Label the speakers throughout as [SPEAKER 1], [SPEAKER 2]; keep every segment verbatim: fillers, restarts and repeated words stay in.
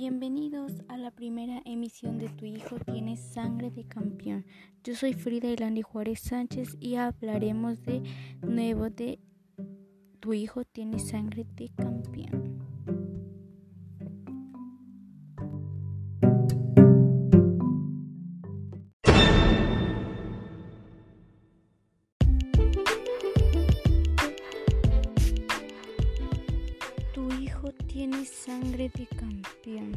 [SPEAKER 1] Bienvenidos a la primera emisión de Tu Hijo Tiene Sangre de Campeón. Yo soy Frida Ilandy Juárez Sánchez y hablaremos de nuevo de Tu Hijo Tiene Sangre de Campeón. Tu hijo tiene sangre de campeón.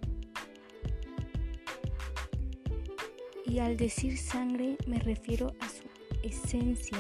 [SPEAKER 1] Y al decir sangre me refiero a su esencia.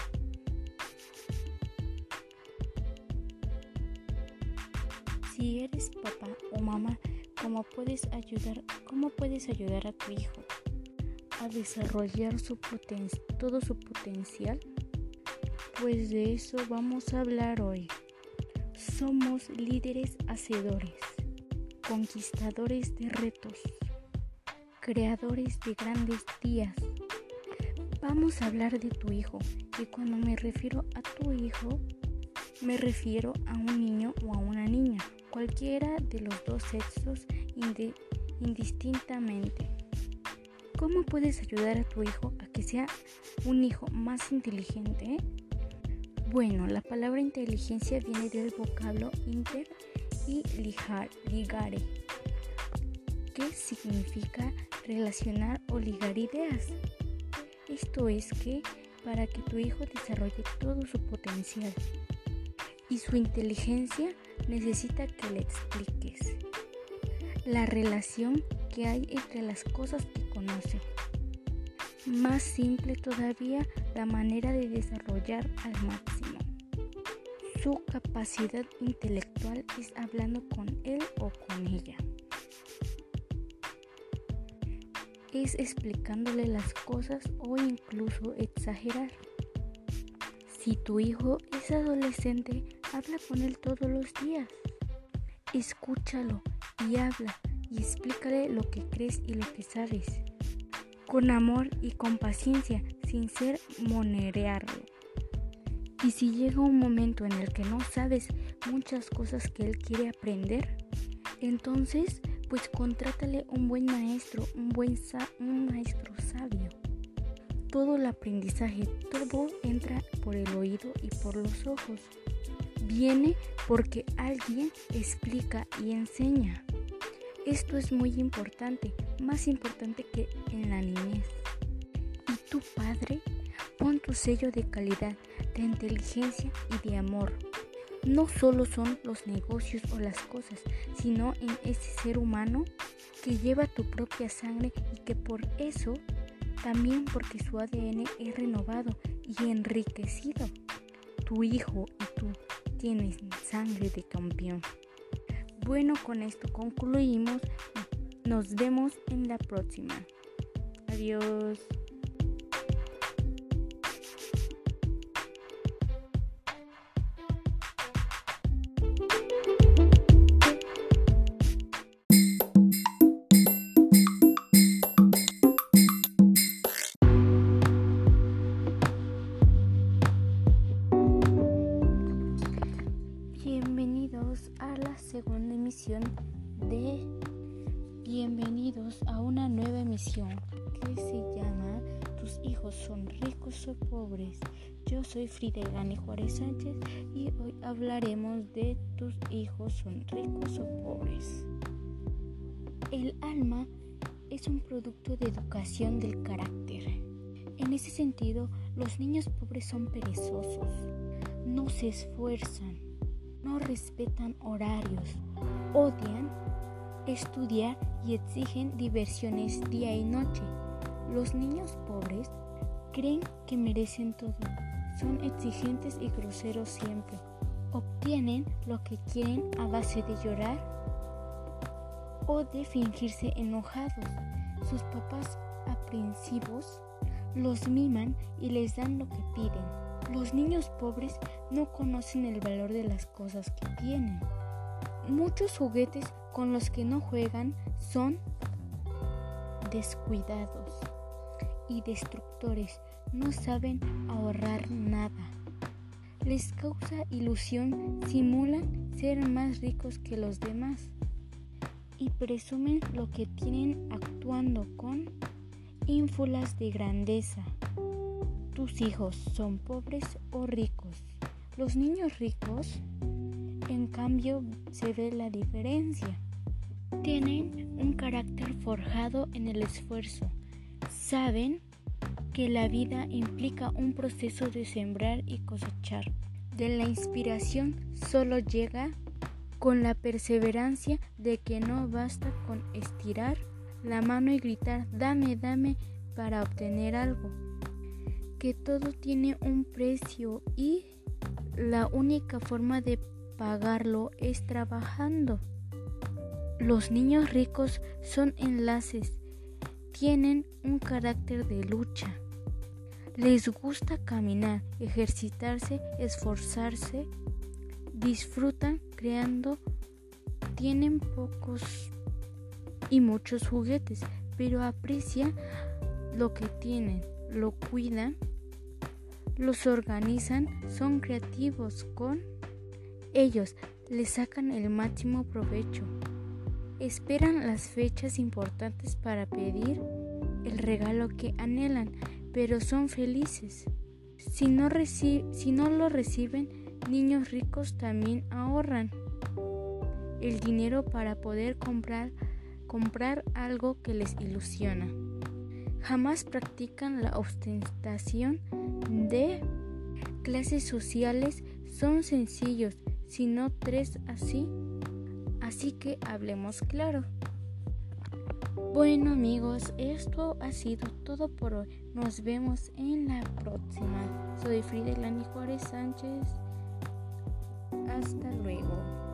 [SPEAKER 1] Si eres papá o mamá, ¿cómo puedes ayudar, cómo puedes ayudar a tu hijo a desarrollar su poten- todo su potencial? Pues de eso vamos a hablar hoy. Somos líderes hacedores, conquistadores de retos, creadores de grandes días. Vamos a hablar de tu hijo, y cuando me refiero a tu hijo, me refiero a un niño o a una niña, cualquiera de los dos sexos indi- indistintamente. ¿Cómo puedes ayudar a tu hijo a que sea un hijo más inteligente? Bueno, la palabra inteligencia viene del vocablo inter y ligar, ligare, que significa relacionar o ligar ideas. Esto es que para que tu hijo desarrolle todo su potencial y su inteligencia necesita que le expliques la relación que hay entre las cosas que conoce. Más simple todavía la manera de desarrollar al máximo su capacidad intelectual es hablando con él o con ella. Es explicándole las cosas o incluso exagerar. Si tu hijo es adolescente, habla con él todos los días. Escúchalo y habla y explícale lo que crees y lo que sabes. Con amor y con paciencia, sin ser monerearlo. Y si llega un momento en el que no sabes muchas cosas que él quiere aprender, entonces pues contrátale un buen maestro, un buen sa- un maestro sabio. Todo el aprendizaje, todo entra por el oído y por los ojos. Viene porque alguien explica y enseña. Esto es muy importante, más importante que en la niñez. Y tu padre, pon tu sello de calidad, de inteligencia y de amor. No solo son los negocios o las cosas, sino en ese ser humano que lleva tu propia sangre y que por eso, también porque su A D N es renovado y enriquecido. Tu hijo y tú tienen sangre de campeón. Bueno, con esto concluimos. Nos vemos en la próxima. Adiós. Bienvenidos a la segunda emisión de Bienvenidos a una nueva emisión que se llama Tus hijos son ricos o pobres. Yo soy Frida Ilandy Juárez Sánchez y hoy hablaremos de tus hijos son ricos o pobres. El alma es un producto de educación del carácter. En ese sentido, los niños pobres son perezosos, no se esfuerzan, no respetan horarios, odian estudiar y exigen diversiones día y noche. Los niños pobres creen que merecen todo, son exigentes y groseros siempre, obtienen lo que quieren a base de llorar o de fingirse enojados. Sus papás aprensivos los miman y les dan lo que piden. Los niños pobres no conocen el valor de las cosas que tienen. Muchos juguetes con los que no juegan son descuidados y destructores. No saben ahorrar nada. Les causa ilusión, simulan ser más ricos que los demás. y presumen lo que tienen actuando con ínfulas de grandeza. Tus hijos son pobres o ricos. Los niños ricos, en cambio, se ve la diferencia. Tienen un carácter forjado en el esfuerzo. Saben que la vida implica un proceso de sembrar y cosechar. De la inspiración solo llega con la perseverancia de que no basta con estirar la mano y gritar dame, dame para obtener algo. Que todo tiene un precio y la única forma de pagarlo es trabajando. Los niños ricos son enlaces, tienen un carácter de lucha. Les gusta caminar, ejercitarse, esforzarse, disfrutan creando, tienen pocos y muchos juguetes, pero aprecian lo que tienen, lo cuidan, los organizan, son creativos con ellos, les sacan el máximo provecho. Esperan las fechas importantes para pedir el regalo que anhelan, pero son felices. Si no, reci- si no lo reciben, niños ricos también ahorran el dinero para poder comprar, comprar algo que les ilusiona. Jamás practican la ostentación de clases sociales, son sencillos, sino tres así. Así que hablemos claro. Bueno amigos, esto ha sido todo por hoy. Nos vemos en la próxima. Soy Frida Elani Juárez Sánchez. Hasta luego.